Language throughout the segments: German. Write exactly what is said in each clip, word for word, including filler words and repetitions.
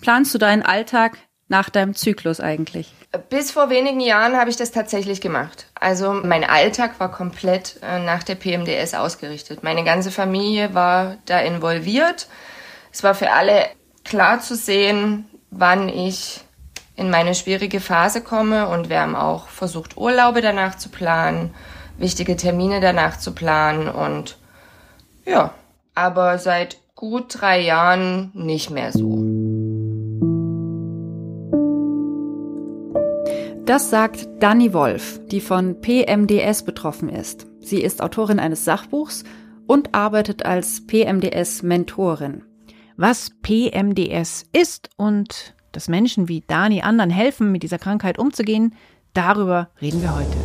planst du deinen Alltag nach deinem Zyklus eigentlich? Bis vor wenigen Jahren habe ich das tatsächlich gemacht. Also mein Alltag war komplett äh, nach der P M D S ausgerichtet. Meine ganze Familie war da involviert. Es war für alle klar zu sehen, wann ich in meine schwierige Phase komme, und wir haben auch versucht, Urlaube danach zu planen, wichtige Termine danach zu planen, und ja, aber seit gut drei Jahren nicht mehr so. Das sagt Dani Wolf, die von P M D S betroffen ist. Sie ist Autorin eines Sachbuchs und arbeitet als P M D S-Mentorin. Was P M D S ist und dass Menschen wie Dani anderen helfen, mit dieser Krankheit umzugehen, darüber reden wir heute.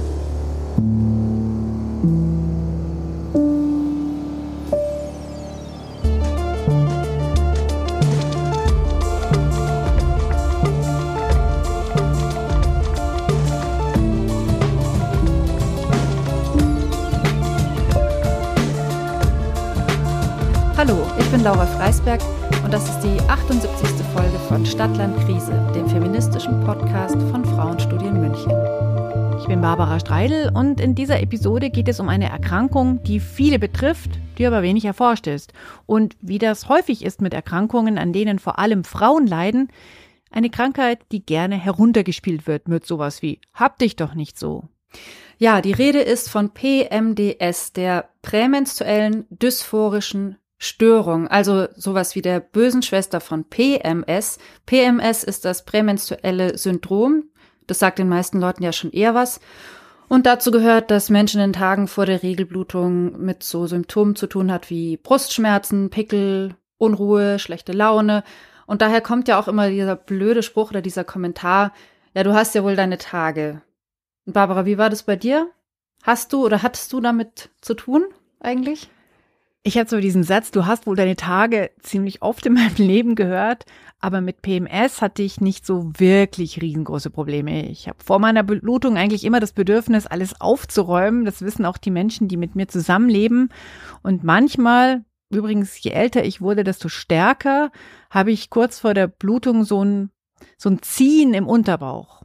Hallo, ich bin Laura Freisberg und das ist die achtundsiebzigste Folge von Stadtland Krise, dem feministischen Podcast von Frauenstudien München. Ich bin Barbara Streidel und in dieser Episode geht es um eine Erkrankung, die viele betrifft, die aber wenig erforscht ist. Und wie das häufig ist mit Erkrankungen, an denen vor allem Frauen leiden, eine Krankheit, die gerne heruntergespielt wird mit sowas wie „Hab dich doch nicht so". Ja, die Rede ist von P M D S, der prämenstruellen dysphorischen Störung, also sowas wie der bösen Schwester von P M S. P M S ist das prämenstruelle Syndrom. Das sagt den meisten Leuten ja schon eher was. Und dazu gehört, dass Menschen in den Tagen vor der Regelblutung mit so Symptomen zu tun hat wie Brustschmerzen, Pickel, Unruhe, schlechte Laune. Und daher kommt ja auch immer dieser blöde Spruch oder dieser Kommentar, ja, du hast ja wohl deine Tage. Und Barbara, wie war das bei dir? Hast du oder hattest du damit zu tun eigentlich? Ich hatte so diesen Satz, du hast wohl deine Tage, ziemlich oft in meinem Leben gehört, aber mit P M S hatte ich nicht so wirklich riesengroße Probleme. Ich habe vor meiner Blutung eigentlich immer das Bedürfnis, alles aufzuräumen. Das wissen auch die Menschen, die mit mir zusammenleben. Und manchmal, übrigens, je älter ich wurde, desto stärker, habe ich kurz vor der Blutung so ein, so ein Ziehen im Unterbauch.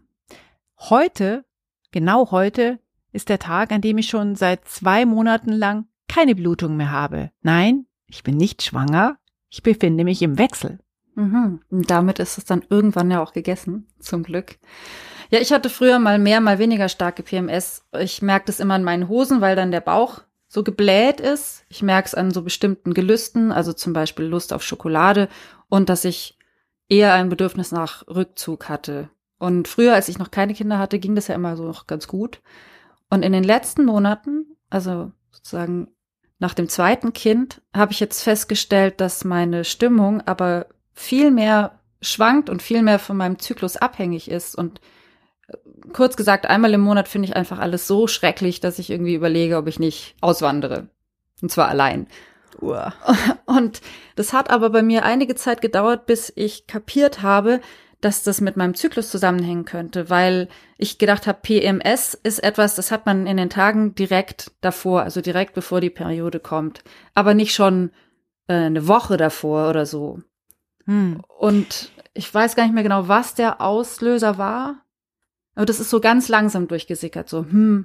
Heute, genau heute, ist der Tag, an dem ich schon seit zwei Monaten lang keine Blutung mehr habe. Nein, ich bin nicht schwanger, ich befinde mich im Wechsel. Mhm. Und damit ist es dann irgendwann ja auch gegessen, zum Glück. Ja, ich hatte früher mal mehr, mal weniger starke P M S. Ich merke das immer an meinen Hosen, weil dann der Bauch so gebläht ist. Ich merke es an so bestimmten Gelüsten, also zum Beispiel Lust auf Schokolade, und dass ich eher ein Bedürfnis nach Rückzug hatte. Und früher, als ich noch keine Kinder hatte, ging das ja immer so noch ganz gut. Und in den letzten Monaten, also sozusagen nach dem zweiten Kind, habe ich jetzt festgestellt, dass meine Stimmung aber viel mehr schwankt und viel mehr von meinem Zyklus abhängig ist. Und kurz gesagt, einmal im Monat finde ich einfach alles so schrecklich, dass ich irgendwie überlege, ob ich nicht auswandere. Und zwar allein. Uah. Und das hat aber bei mir einige Zeit gedauert, bis ich kapiert habe, dass das mit meinem Zyklus zusammenhängen könnte, weil ich gedacht habe, P M S ist etwas, das hat man in den Tagen direkt davor, also direkt bevor die Periode kommt, aber nicht schon äh, eine Woche davor oder so. Hm. Und ich weiß gar nicht mehr genau, was der Auslöser war, aber das ist so ganz langsam durchgesickert, so, hm,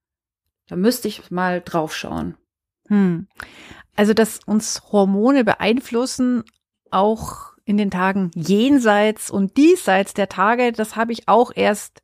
da müsste ich mal drauf schauen. Hm. Also, dass uns Hormone beeinflussen, auch in den Tagen jenseits und diesseits der Tage, das habe ich auch erst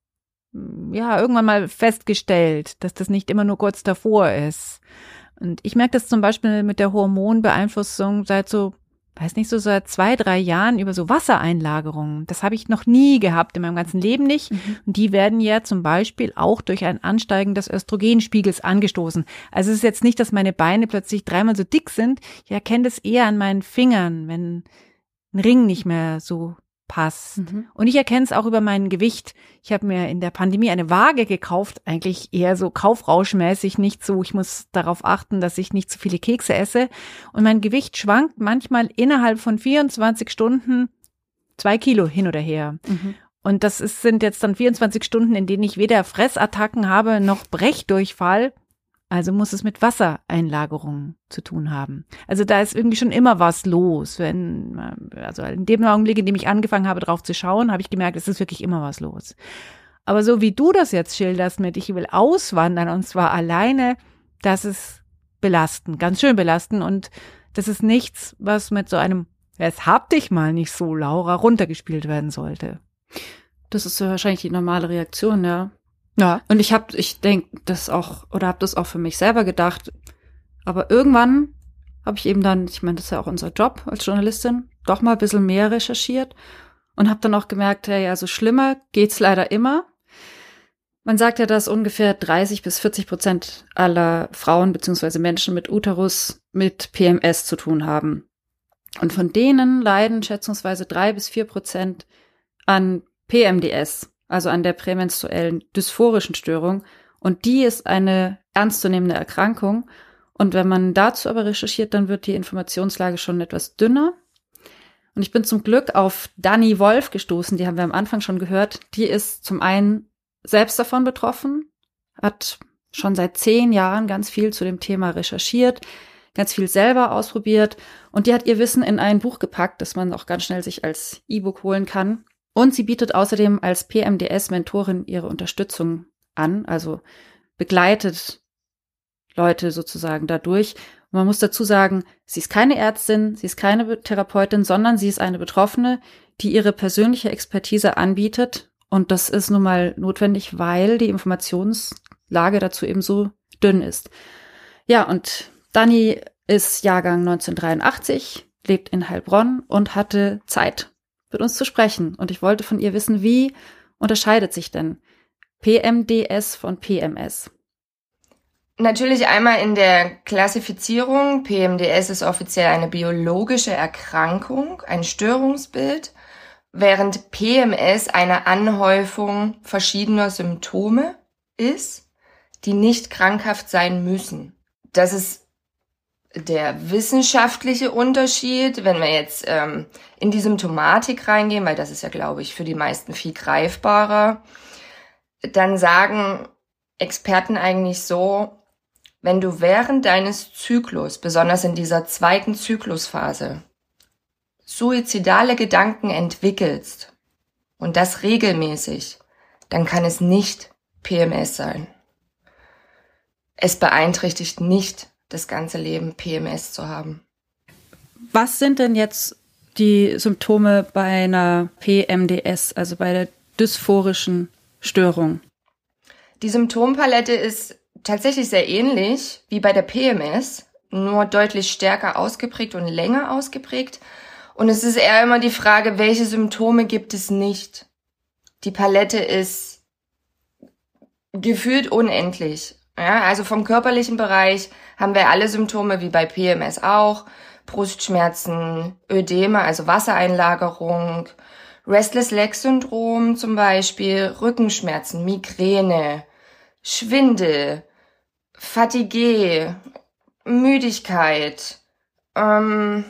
ja irgendwann mal festgestellt, dass das nicht immer nur kurz davor ist. Und ich merke das zum Beispiel mit der Hormonbeeinflussung seit so, weiß nicht, so seit zwei, drei Jahren über so Wassereinlagerungen. Das habe ich noch nie gehabt, in meinem ganzen Leben nicht. Mhm. Und die werden ja zum Beispiel auch durch ein Ansteigen des Östrogenspiegels angestoßen. Also es ist jetzt nicht, dass meine Beine plötzlich dreimal so dick sind. Ich erkenne das eher an meinen Fingern, wenn ein Ring nicht mehr so passt. Mhm. Und ich erkenne es auch über mein Gewicht. Ich habe mir in der Pandemie eine Waage gekauft, eigentlich eher so kaufrauschmäßig, nicht so, ich muss darauf achten, dass ich nicht zu viele Kekse esse. Und mein Gewicht schwankt manchmal innerhalb von vierundzwanzig Stunden zwei Kilo hin oder her. Mhm. Und das ist, sind jetzt dann vierundzwanzig Stunden, in denen ich weder Fressattacken habe noch Brechdurchfall. Also muss es mit Wassereinlagerungen zu tun haben. Also da ist irgendwie schon immer was los. Wenn, also in dem Augenblick, in dem ich angefangen habe, drauf zu schauen, habe ich gemerkt, es ist wirklich immer was los. Aber so wie du das jetzt schilderst mit, ich will auswandern und zwar alleine, das ist belastend, ganz schön belastend und das ist nichts, was mit so einem, es hab dich mal nicht so, Laura, runtergespielt werden sollte. Das ist ja wahrscheinlich die normale Reaktion, ja. Ja. Und ich habe, ich denke, das auch, oder habe das auch für mich selber gedacht. Aber irgendwann habe ich eben dann, ich meine, das ist ja auch unser Job als Journalistin, doch mal ein bisschen mehr recherchiert und habe dann auch gemerkt, hey, also schlimmer geht's leider immer. Man sagt ja, dass ungefähr dreißig bis vierzig Prozent aller Frauen beziehungsweise Menschen mit Uterus mit P M S zu tun haben. Und von denen leiden schätzungsweise drei bis vier Prozent an P M D S, also an der prämenstruellen dysphorischen Störung. Und die ist eine ernstzunehmende Erkrankung. Und wenn man dazu aber recherchiert, dann wird die Informationslage schon etwas dünner. Und ich bin zum Glück auf Dani Wolf gestoßen, die haben wir am Anfang schon gehört. Die ist zum einen selbst davon betroffen, hat schon seit zehn Jahren ganz viel zu dem Thema recherchiert, ganz viel selber ausprobiert und die hat ihr Wissen in ein Buch gepackt, das man auch ganz schnell sich als E-Book holen kann. Und sie bietet außerdem als P M D S-Mentorin ihre Unterstützung an, also begleitet Leute sozusagen dadurch. Und man muss dazu sagen, sie ist keine Ärztin, sie ist keine Therapeutin, sondern sie ist eine Betroffene, die ihre persönliche Expertise anbietet. Und das ist nun mal notwendig, weil die Informationslage dazu eben so dünn ist. Ja, und Dani ist Jahrgang neunzehnhundertdreiundachtzig, lebt in Heilbronn und hatte Zeit, mit uns zu sprechen. Und ich wollte von ihr wissen, wie unterscheidet sich denn P M D S von P M S? Natürlich einmal in der Klassifizierung. P M D S ist offiziell eine biologische Erkrankung, ein Störungsbild, während P M S eine Anhäufung verschiedener Symptome ist, die nicht krankhaft sein müssen. Das ist der wissenschaftliche Unterschied, wenn wir jetzt ähm, in die Symptomatik reingehen, weil das ist ja, glaube ich, für die meisten viel greifbarer, dann sagen Experten eigentlich so, wenn du während deines Zyklus, besonders in dieser zweiten Zyklusphase, suizidale Gedanken entwickelst und das regelmäßig, dann kann es nicht P M S sein. Es beeinträchtigt nicht das ganze Leben, P M S zu haben. Was sind denn jetzt die Symptome bei einer P M D S, also bei der dysphorischen Störung? Die Symptompalette ist tatsächlich sehr ähnlich wie bei der P M S, nur deutlich stärker ausgeprägt und länger ausgeprägt. Und es ist eher immer die Frage, welche Symptome gibt es nicht? Die Palette ist gefühlt unendlich. Ja, also vom körperlichen Bereich haben wir alle Symptome wie bei P M S auch. Brustschmerzen, Ödeme, also Wassereinlagerung, Restless-Leg-Syndrom zum Beispiel, Rückenschmerzen, Migräne, Schwindel, Fatigue, Müdigkeit, ähm,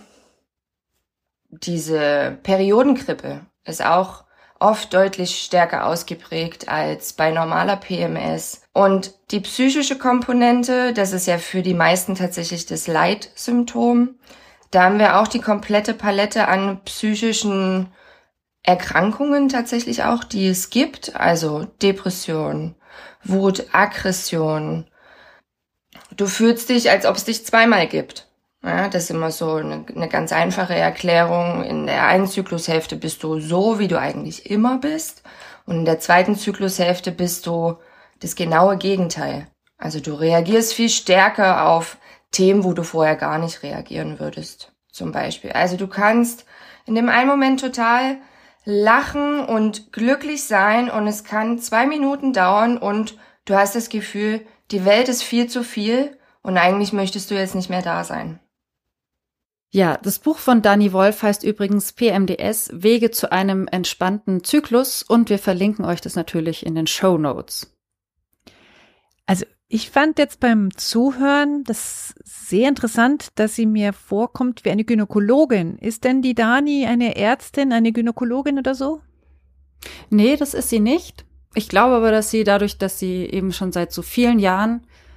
diese Periodengrippe ist auch oft deutlich stärker ausgeprägt als bei normaler P M S. Und die psychische Komponente, das ist ja für die meisten tatsächlich das Leitsymptom. Da haben wir auch die komplette Palette an psychischen Erkrankungen tatsächlich auch, die es gibt. Also Depression, Wut, Aggression. Du fühlst dich, als ob es dich zweimal gibt. Ja, das ist immer so eine, eine ganz einfache Erklärung. In der einen Zyklushälfte bist du so, wie du eigentlich immer bist. Und in der zweiten Zyklushälfte bist du das genaue Gegenteil. Also du reagierst viel stärker auf Themen, wo du vorher gar nicht reagieren würdest, zum Beispiel. Also du kannst in dem einen Moment total lachen und glücklich sein und es kann zwei Minuten dauern und du hast das Gefühl, die Welt ist viel zu viel und eigentlich möchtest du jetzt nicht mehr da sein. Ja, das Buch von Dani Wolf heißt übrigens P M D S, Wege zu einem entspannten Zyklus und wir verlinken euch das natürlich in den Shownotes. Also ich fand jetzt beim Zuhören das sehr interessant, dass sie mir vorkommt wie eine Gynäkologin. Ist denn die Dani eine Ärztin, eine Gynäkologin oder so? Nee, das ist sie nicht. Ich glaube aber, dass sie dadurch, dass sie eben schon seit so vielen Jahren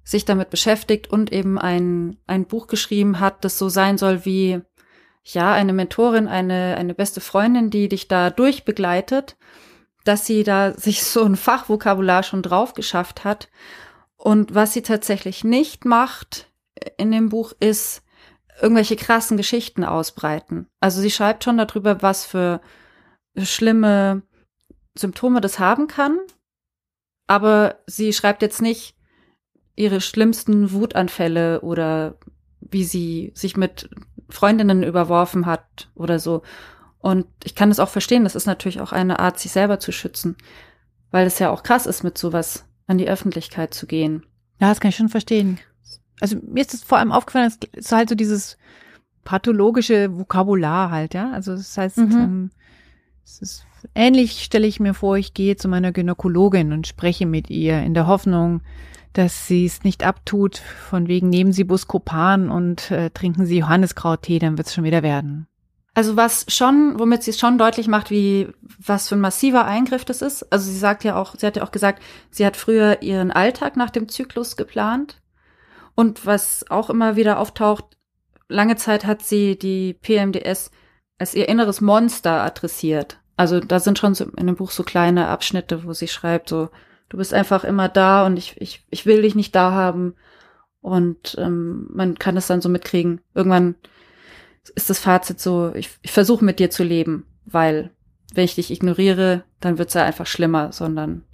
sich damit beschäftigt und eben ein, ein Buch geschrieben hat, das so sein soll wie, ja, eine Mentorin, eine, eine beste Freundin, die dich da durchbegleitet, dass sie da sich so ein Fachvokabular schon drauf geschafft hat. Und was sie tatsächlich nicht macht in dem Buch, ist irgendwelche krassen Geschichten ausbreiten. Also sie schreibt schon darüber, was für schlimme Symptome das haben kann, aber sie schreibt jetzt nicht ihre schlimmsten Wutanfälle oder wie sie sich mit Freundinnen überworfen hat oder so. Und ich kann das auch verstehen, das ist natürlich auch eine Art, sich selber zu schützen, weil es ja auch krass ist, mit sowas an die Öffentlichkeit zu gehen. Ja, das kann ich schon verstehen. Also mir ist es vor allem aufgefallen, es ist halt so dieses pathologische Vokabular halt, ja. Also das heißt, mhm. ähm, es ist ähnlich, stelle ich mir vor, ich gehe zu meiner Gynäkologin und spreche mit ihr in der Hoffnung, dass sie es nicht abtut, von wegen nehmen Sie Buscopan und äh, trinken Sie Johanniskrauttee, dann wird es schon wieder werden. Also was schon, womit sie es schon deutlich macht, wie was für ein massiver Eingriff das ist. Also sie sagt ja auch, sie hat ja auch gesagt, sie hat früher ihren Alltag nach dem Zyklus geplant. Und was auch immer wieder auftaucht, lange Zeit hat sie die P M D S als ihr inneres Monster adressiert. Also da sind schon so in dem Buch so kleine Abschnitte, wo sie schreibt, so, du bist einfach immer da und ich ich ich will dich nicht da haben. Und ähm, man kann es dann so mitkriegen. Irgendwann ist das Fazit so, ich, ich versuche mit dir zu leben, weil wenn ich dich ignoriere, dann wird es ja einfach schlimmer, sondern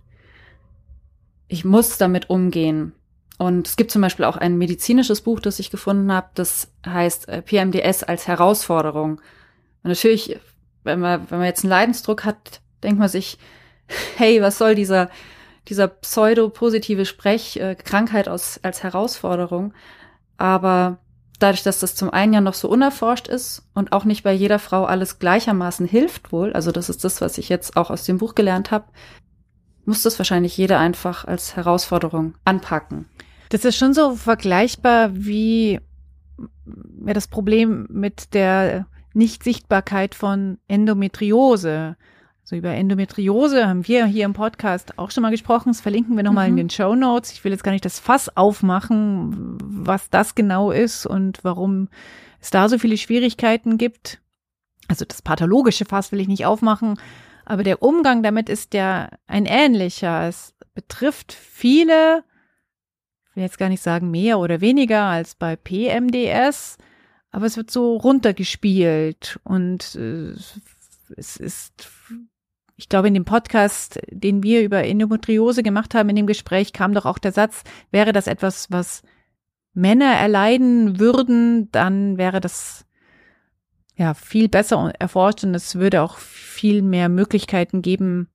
ich muss damit umgehen. Und es gibt zum Beispiel auch ein medizinisches Buch, das ich gefunden habe, das heißt äh, P M D S als Herausforderung. Und natürlich, wenn man, wenn man jetzt einen Leidensdruck hat, denkt man sich, hey, was soll dieser, dieser pseudo-positive Sprech, äh, Krankheit aus, als Herausforderung? Aber dadurch, dass das zum einen ja noch so unerforscht ist und auch nicht bei jeder Frau alles gleichermaßen hilft wohl, also das ist das, was ich jetzt auch aus dem Buch gelernt habe, muss das wahrscheinlich jeder einfach als Herausforderung anpacken. Das ist schon so vergleichbar wie ja, das Problem mit der Nichtsichtbarkeit von Endometriose. Also über Endometriose haben wir hier im Podcast auch schon mal gesprochen. Das verlinken wir nochmal mhm. in den Shownotes. Ich will jetzt gar nicht das Fass aufmachen, was das genau ist und warum es da so viele Schwierigkeiten gibt. Also das pathologische Fass will ich nicht aufmachen, aber der Umgang damit ist ja ein ähnlicher. Es betrifft viele, ich will jetzt gar nicht sagen mehr oder weniger als bei P M D S, aber es wird so runtergespielt und äh, es ist... Ich glaube, in dem Podcast, den wir über Endometriose gemacht haben, in dem Gespräch kam doch auch der Satz, wäre das etwas, was Männer erleiden würden, dann wäre das ja viel besser erforscht und es würde auch viel mehr Möglichkeiten geben,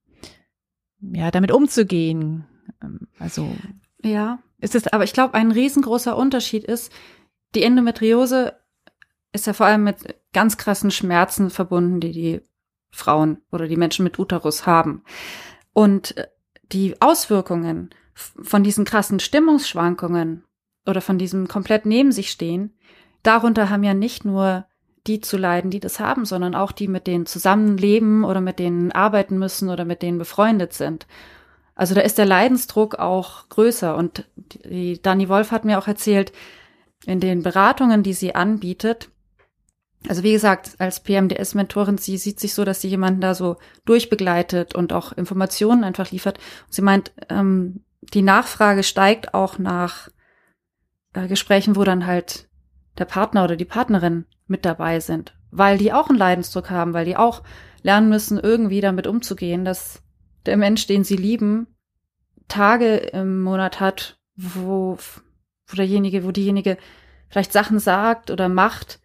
ja, damit umzugehen. Also ja, ist es, aber ich glaube, ein riesengroßer Unterschied ist, die Endometriose ist ja vor allem mit ganz krassen Schmerzen verbunden, die die Frauen oder die Menschen mit Uterus haben. Und die Auswirkungen von diesen krassen Stimmungsschwankungen oder von diesem komplett neben sich stehen, darunter haben ja nicht nur die zu leiden, die das haben, sondern auch die, mit denen zusammenleben oder mit denen arbeiten müssen oder mit denen befreundet sind. Also da ist der Leidensdruck auch größer. Und die Dani Wolf hat mir auch erzählt, in den Beratungen, die sie anbietet, also wie gesagt, als P M D S-Mentorin, sie sieht sich so, dass sie jemanden da so durchbegleitet und auch Informationen einfach liefert. Und sie meint, ähm, die Nachfrage steigt auch nach äh, Gesprächen, wo dann halt der Partner oder die Partnerin mit dabei sind, weil die auch einen Leidensdruck haben, weil die auch lernen müssen, irgendwie damit umzugehen, dass der Mensch, den sie lieben, Tage im Monat hat, wo, wo derjenige, wo diejenige vielleicht Sachen sagt oder macht,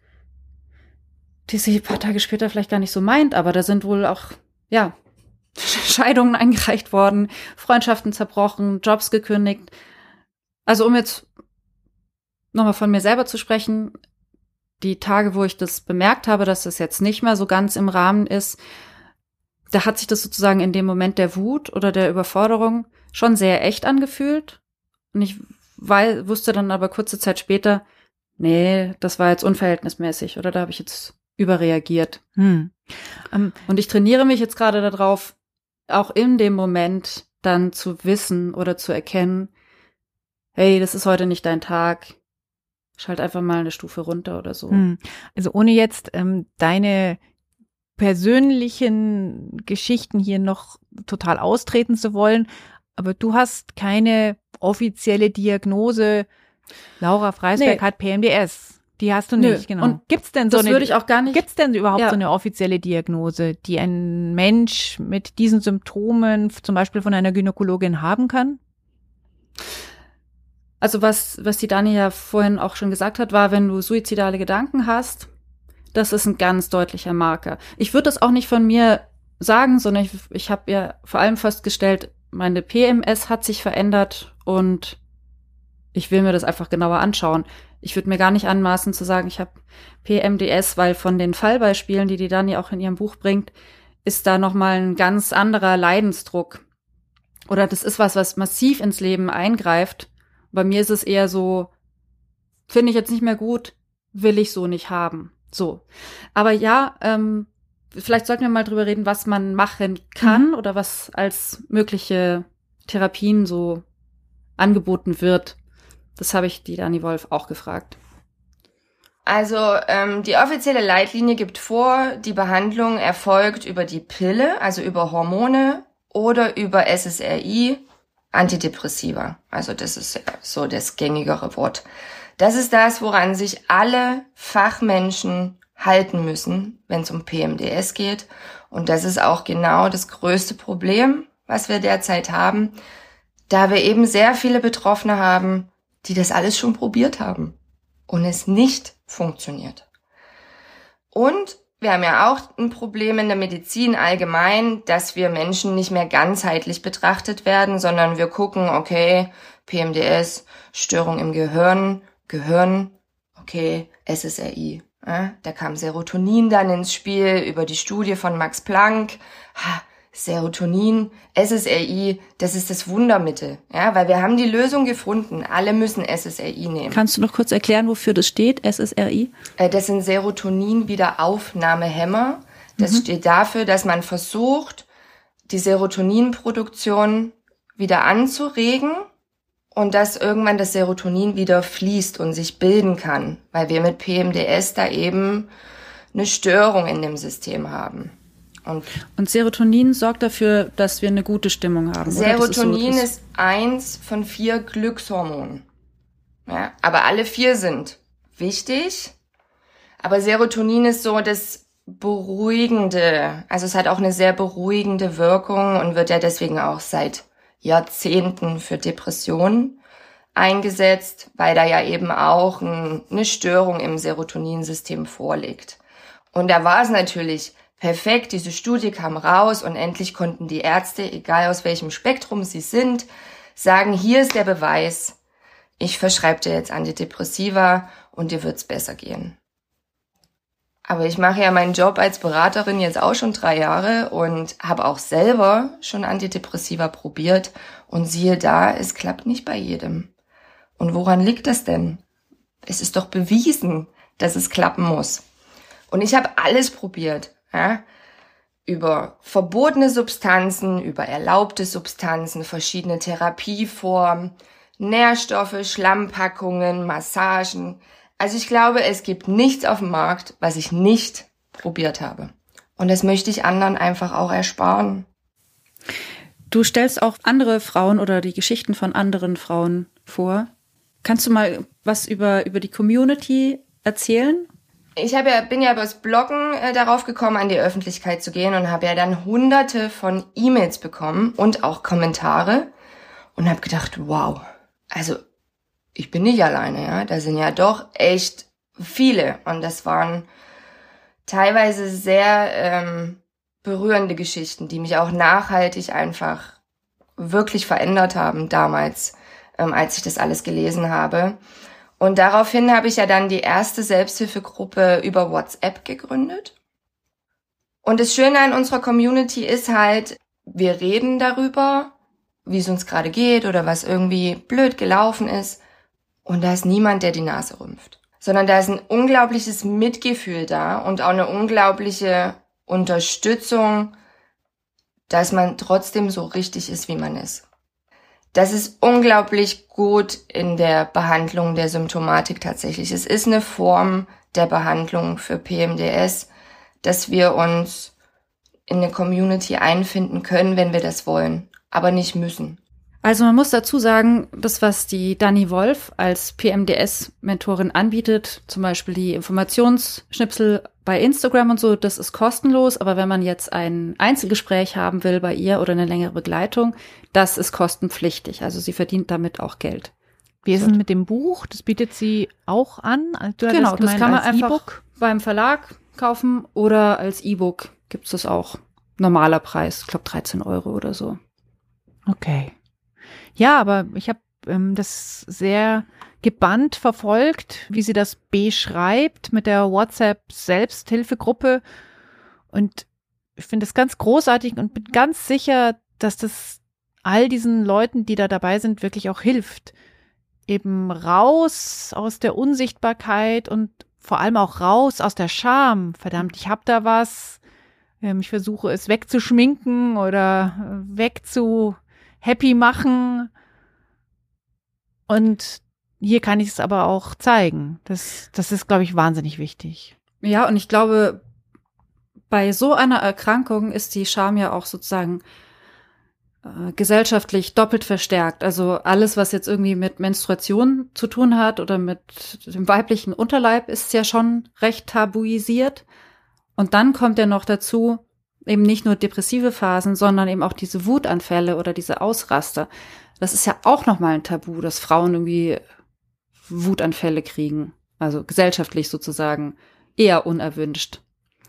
die sie ein paar Tage später vielleicht gar nicht so meint, aber da sind wohl auch, ja, Scheidungen eingereicht worden, Freundschaften zerbrochen, Jobs gekündigt. Also um jetzt nochmal von mir selber zu sprechen, die Tage, wo ich das bemerkt habe, dass das jetzt nicht mehr so ganz im Rahmen ist, da hat sich das sozusagen in dem Moment der Wut oder der Überforderung schon sehr echt angefühlt. Und ich weil, wusste dann aber kurze Zeit später, nee, das war jetzt unverhältnismäßig oder da habe ich jetzt überreagiert. Hm. Um, und ich trainiere mich jetzt gerade darauf, auch in dem Moment dann zu wissen oder zu erkennen, hey, das ist heute nicht dein Tag, schalt einfach mal eine Stufe runter oder so. Hm. Also ohne jetzt ähm, deine persönlichen Geschichten hier noch total austreten zu wollen, aber du hast keine offizielle Diagnose, Laura Freisberg Nee. hat P M D S. Die hast du Nö. nicht, genau. Und gibt's denn so das eine, würde ich auch gar nicht. Gibt's denn überhaupt Ja. so eine offizielle Diagnose, die ein Mensch mit diesen Symptomen zum Beispiel von einer Gynäkologin haben kann? Also was, was die Dani ja vorhin auch schon gesagt hat, war, wenn du suizidale Gedanken hast, das ist ein ganz deutlicher Marker. Ich würde das auch nicht von mir sagen, sondern ich, ich habe ja vor allem festgestellt, meine P M S hat sich verändert und ich will mir das einfach genauer anschauen. Ich würde mir gar nicht anmaßen zu sagen, ich habe P M D S, weil von den Fallbeispielen, die die Dani auch in ihrem Buch bringt, ist da nochmal ein ganz anderer Leidensdruck. Oder das ist was, was massiv ins Leben eingreift. Bei mir ist es eher so, finde ich jetzt nicht mehr gut, will ich so nicht haben. So. Aber ja, ähm, vielleicht sollten wir mal drüber reden, was man machen kann mhm. oder was als mögliche Therapien so angeboten wird. Das habe ich die Dani Wolf auch gefragt. Also ähm, die offizielle Leitlinie gibt vor, die Behandlung erfolgt über die Pille, also über Hormone oder über S S R I, Antidepressiva. Also das ist ja so das gängigere Wort. Das ist das, woran sich alle Fachmenschen halten müssen, wenn es um P M D S geht. Und das ist auch genau das größte Problem, was wir derzeit haben, da wir eben sehr viele Betroffene haben, die das alles schon probiert haben und es nicht funktioniert. Und wir haben ja auch ein Problem in der Medizin allgemein, dass wir Menschen nicht mehr ganzheitlich betrachtet werden, sondern wir gucken, okay, P M D S, Störung im Gehirn, Gehirn, okay, S S R I. Ja, da kam Serotonin dann ins Spiel über die Studie von Max Planck. Ha, Serotonin, S S R I, das ist das Wundermittel, ja, weil wir haben die Lösung gefunden. Alle müssen S S R I nehmen. Kannst du noch kurz erklären, wofür das steht, S S R I? Das sind Serotonin-Wiederaufnahmehämmer. Das mhm. steht dafür, dass man versucht, die Serotoninproduktion wieder anzuregen und dass irgendwann das Serotonin wieder fließt und sich bilden kann, weil wir mit P M D S da eben eine Störung in dem System haben. Und, und Serotonin sorgt dafür, dass wir eine gute Stimmung haben. Serotonin ist, so, ist eins von vier Glückshormonen. Ja, aber alle vier sind wichtig. Aber Serotonin ist so das Beruhigende. Also es hat auch eine sehr beruhigende Wirkung und wird ja deswegen auch seit Jahrzehnten für Depressionen eingesetzt, weil da ja eben auch ein, eine Störung im Serotoninsystem vorliegt. Und da war es natürlich perfekt, diese Studie kam raus und endlich konnten die Ärzte, egal aus welchem Spektrum sie sind, sagen, hier ist der Beweis, ich verschreibe dir jetzt Antidepressiva und dir wird's besser gehen. Aber ich mache ja meinen Job als Beraterin jetzt auch schon drei Jahre und habe auch selber schon Antidepressiva probiert und siehe da, es klappt nicht bei jedem. Und woran liegt das denn? Es ist doch bewiesen, dass es klappen muss. Und ich habe alles probiert. Ja, über verbotene Substanzen, über erlaubte Substanzen, verschiedene Therapieformen, Nährstoffe, Schlammpackungen, Massagen. Also ich glaube, es gibt nichts auf dem Markt, was ich nicht probiert habe. Und das möchte ich anderen einfach auch ersparen. Du stellst auch andere Frauen oder die Geschichten von anderen Frauen vor. Kannst du mal was über, über die Community erzählen? Ich habe ja, bin ja übers Bloggen äh, darauf gekommen, an die Öffentlichkeit zu gehen und habe ja dann hunderte von E-Mails bekommen und auch Kommentare und habe gedacht, wow, also ich bin nicht alleine, ja, da sind ja doch echt viele und das waren teilweise sehr ähm, berührende Geschichten, die mich auch nachhaltig einfach wirklich verändert haben damals, ähm, als ich das alles gelesen habe. Und daraufhin habe ich ja dann die erste Selbsthilfegruppe über WhatsApp gegründet. Und das Schöne an unserer Community ist halt, wir reden darüber, wie es uns gerade geht oder was irgendwie blöd gelaufen ist. Und da ist niemand, der die Nase rümpft. Sondern da ist ein unglaubliches Mitgefühl da und auch eine unglaubliche Unterstützung, dass man trotzdem so richtig ist, wie man ist. Das ist unglaublich gut in der Behandlung der Symptomatik tatsächlich. Es ist eine Form der Behandlung für P M D S, dass wir uns in eine Community einfinden können, wenn wir das wollen, aber nicht müssen. Also man muss dazu sagen, das, was die Dani Wolf als P M D S-Mentorin anbietet, zum Beispiel die Informationsschnipsel bei Instagram und so, das ist kostenlos. Aber wenn man jetzt ein Einzelgespräch haben will bei ihr oder eine längere Begleitung, das ist kostenpflichtig. Also sie verdient damit auch Geld. Wie ist es mit dem Buch? Das bietet sie auch an? Du genau, das kann man einfach E-Book beim Verlag kaufen oder als E-Book gibt es das auch. Normaler Preis, ich glaube dreizehn Euro oder so. Okay. Ja, aber ich habe ähm, das sehr gebannt verfolgt, wie sie das beschreibt mit der WhatsApp-Selbsthilfegruppe. Und ich finde das ganz großartig und bin ganz sicher, dass das all diesen Leuten, die da dabei sind, wirklich auch hilft. Eben raus aus der Unsichtbarkeit und vor allem auch raus aus der Scham. Verdammt, ich habe da was. Ähm, ich versuche es wegzuschminken oder wegzu happy machen. Und hier kann ich es aber auch zeigen. Das, das ist, glaube ich, wahnsinnig wichtig. Ja, und ich glaube, bei so einer Erkrankung ist die Scham ja auch sozusagen äh, gesellschaftlich doppelt verstärkt. Also alles, was jetzt irgendwie mit Menstruation zu tun hat oder mit dem weiblichen Unterleib, ist ja schon recht tabuisiert. Und dann kommt ja noch dazu, eben nicht nur depressive Phasen, sondern eben auch diese Wutanfälle oder diese Ausraster. Das ist ja auch nochmal ein Tabu, dass Frauen irgendwie Wutanfälle kriegen. Also gesellschaftlich sozusagen eher unerwünscht.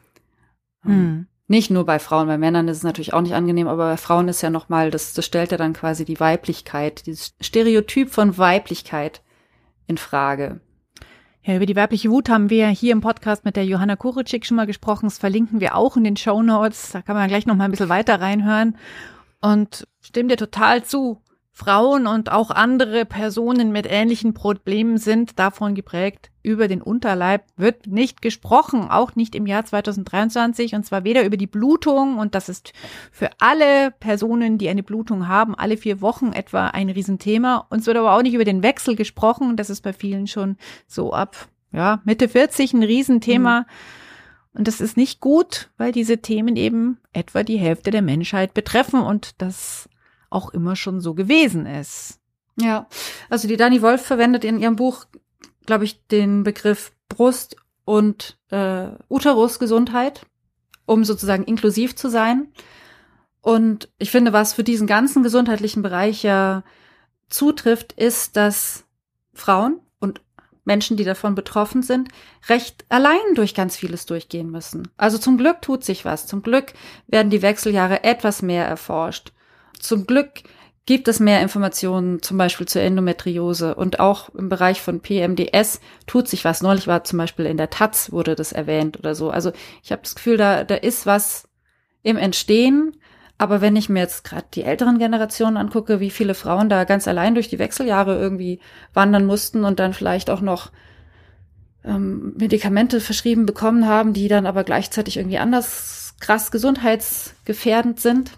Hm. Nicht nur bei Frauen, bei Männern ist es natürlich auch nicht angenehm, aber bei Frauen ist ja nochmal, das, das stellt ja dann quasi die Weiblichkeit, dieses Stereotyp von Weiblichkeit in Frage. Ja, über die weibliche Wut haben wir hier im Podcast mit der Johanna Kuritschik schon mal gesprochen. Das verlinken wir auch in den Shownotes. Da kann man gleich noch mal ein bisschen weiter reinhören. Und stimme dir total zu. Frauen und auch andere Personen mit ähnlichen Problemen sind davon geprägt. Über den Unterleib wird nicht gesprochen, auch nicht im Jahr zweitausenddreiundzwanzig. Und zwar weder über die Blutung, und das ist für alle Personen, die eine Blutung haben, alle vier Wochen etwa ein Riesenthema. Und es wird aber auch nicht über den Wechsel gesprochen. Das ist bei vielen schon so ab ja Mitte vierzig ein Riesenthema. Mhm. Und das ist nicht gut, weil diese Themen eben etwa die Hälfte der Menschheit betreffen und das auch immer schon so gewesen ist. Ja, also die Dani Wolf verwendet in ihrem Buch, glaube ich, den Begriff Brust- und äh, Uterusgesundheit, um sozusagen inklusiv zu sein. Und ich finde, was für diesen ganzen gesundheitlichen Bereich ja zutrifft, ist, dass Frauen und Menschen, die davon betroffen sind, recht allein durch ganz vieles durchgehen müssen. Also zum Glück tut sich was. Zum Glück werden die Wechseljahre etwas mehr erforscht. Zum Glück gibt es mehr Informationen, zum Beispiel zur Endometriose. Und auch im Bereich von P M D S tut sich was. Neulich war zum Beispiel in der Taz wurde das erwähnt oder so. Also ich habe das Gefühl, da, da ist was im Entstehen. Aber wenn ich mir jetzt gerade die älteren Generationen angucke, wie viele Frauen da ganz allein durch die Wechseljahre irgendwie wandern mussten und dann vielleicht auch noch ähm, Medikamente verschrieben bekommen haben, die dann aber gleichzeitig irgendwie anders krass gesundheitsgefährdend sind.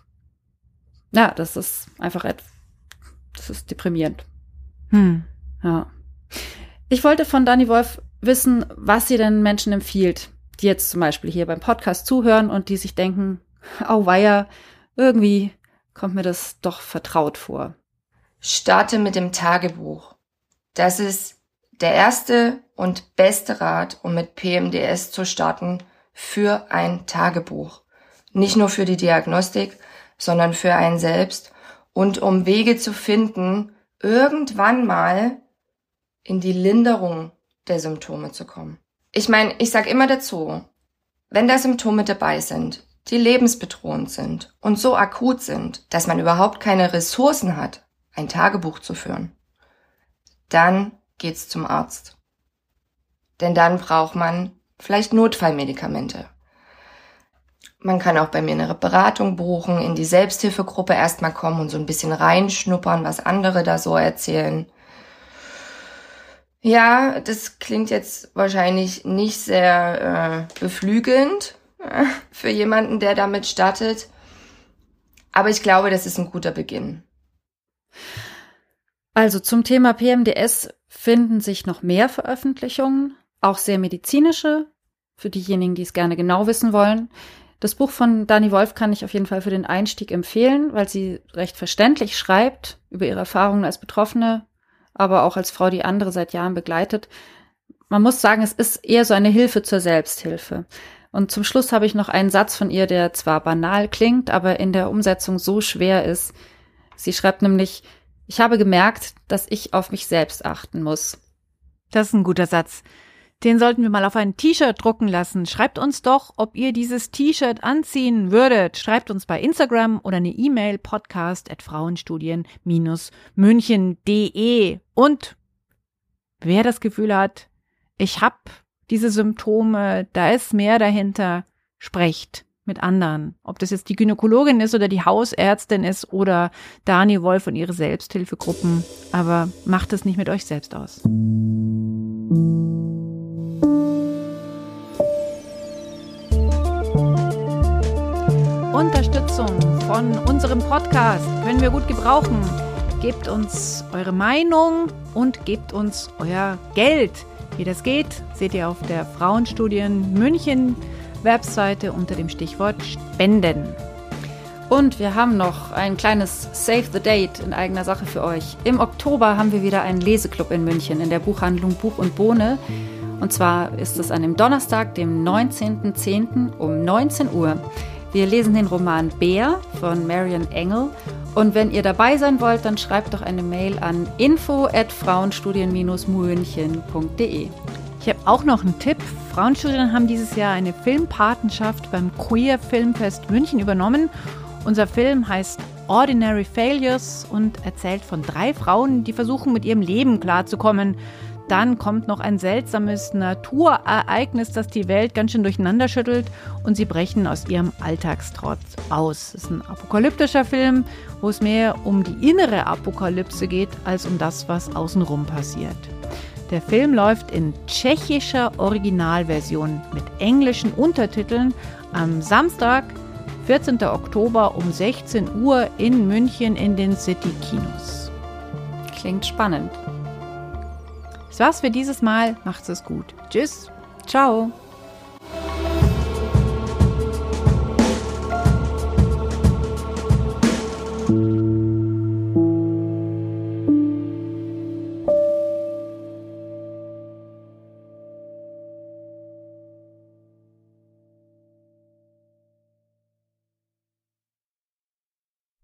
Ja, das ist einfach, das ist deprimierend. Hm. Ja. Ich wollte von Dani Wolf wissen, was sie denn Menschen empfiehlt, die jetzt zum Beispiel hier beim Podcast zuhören und die sich denken, auweia, irgendwie kommt mir das doch vertraut vor. Starte mit dem Tagebuch. Das ist der erste und beste Rat, um mit P M D S zu starten, für ein Tagebuch. Nicht nur für die Diagnostik, sondern für einen selbst und um Wege zu finden, irgendwann mal in die Linderung der Symptome zu kommen. Ich meine, ich sage immer dazu, wenn da Symptome dabei sind, die lebensbedrohend sind und so akut sind, dass man überhaupt keine Ressourcen hat, ein Tagebuch zu führen, dann geht's zum Arzt. Denn dann braucht man vielleicht Notfallmedikamente. Man kann auch bei mir eine Beratung buchen, in die Selbsthilfegruppe erstmal kommen und so ein bisschen reinschnuppern, was andere da so erzählen. Ja, das klingt jetzt wahrscheinlich nicht sehr äh, beflügelnd äh, für jemanden, der damit startet. Aber ich glaube, das ist ein guter Beginn. Also zum Thema P M D S finden sich noch mehr Veröffentlichungen, auch sehr medizinische, für diejenigen, die es gerne genau wissen wollen. Das Buch von Dani Wolf kann ich auf jeden Fall für den Einstieg empfehlen, weil sie recht verständlich schreibt über ihre Erfahrungen als Betroffene, aber auch als Frau, die andere seit Jahren begleitet. Man muss sagen, es ist eher so eine Hilfe zur Selbsthilfe. Und zum Schluss habe ich noch einen Satz von ihr, der zwar banal klingt, aber in der Umsetzung so schwer ist. Sie schreibt nämlich: Ich habe gemerkt, dass ich auf mich selbst achten muss. Das ist ein guter Satz. Den sollten wir mal auf ein T-Shirt drucken lassen. Schreibt uns doch, ob ihr dieses T-Shirt anziehen würdet. Schreibt uns bei Instagram oder eine E-Mail podcast at frauenstudien münchen punkt de. Und wer das Gefühl hat, ich habe diese Symptome, da ist mehr dahinter, sprecht mit anderen. Ob das jetzt die Gynäkologin ist oder die Hausärztin ist oder Dani Wolf und ihre Selbsthilfegruppen. Aber macht es nicht mit euch selbst aus. Unterstützung von unserem Podcast können wir gut gebrauchen. Gebt uns eure Meinung und gebt uns euer Geld. Wie das geht, seht ihr auf der Frauenstudien München Webseite unter dem Stichwort Spenden. Und wir haben noch ein kleines Save the Date in eigener Sache für euch. Im Oktober haben wir wieder einen Leseklub in München in der Buchhandlung Buch und Bohne. Und zwar ist es an dem Donnerstag, dem neunzehnten zehnten um neunzehn Uhr. Wir lesen den Roman Bär von Marian Engel. Und wenn ihr dabei sein wollt, dann schreibt doch eine Mail an info at frauenstudien münchen punkt de. Ich habe auch noch einen Tipp. Frauenstudien haben dieses Jahr eine Filmpatenschaft beim Queer Filmfest München übernommen. Unser Film heißt Ordinary Failures und erzählt von drei Frauen, die versuchen, mit ihrem Leben klarzukommen. Dann kommt noch ein seltsames Naturereignis, das die Welt ganz schön durcheinander schüttelt und sie brechen aus ihrem Alltagstrott aus. Es ist ein apokalyptischer Film, wo es mehr um die innere Apokalypse geht, als um das, was außenrum passiert. Der Film läuft in tschechischer Originalversion mit englischen Untertiteln am Samstag, vierzehnten Oktober um sechzehn Uhr in München in den City-Kinos. Klingt spannend. Das war's für dieses Mal. Macht's es gut. Tschüss. Ciao.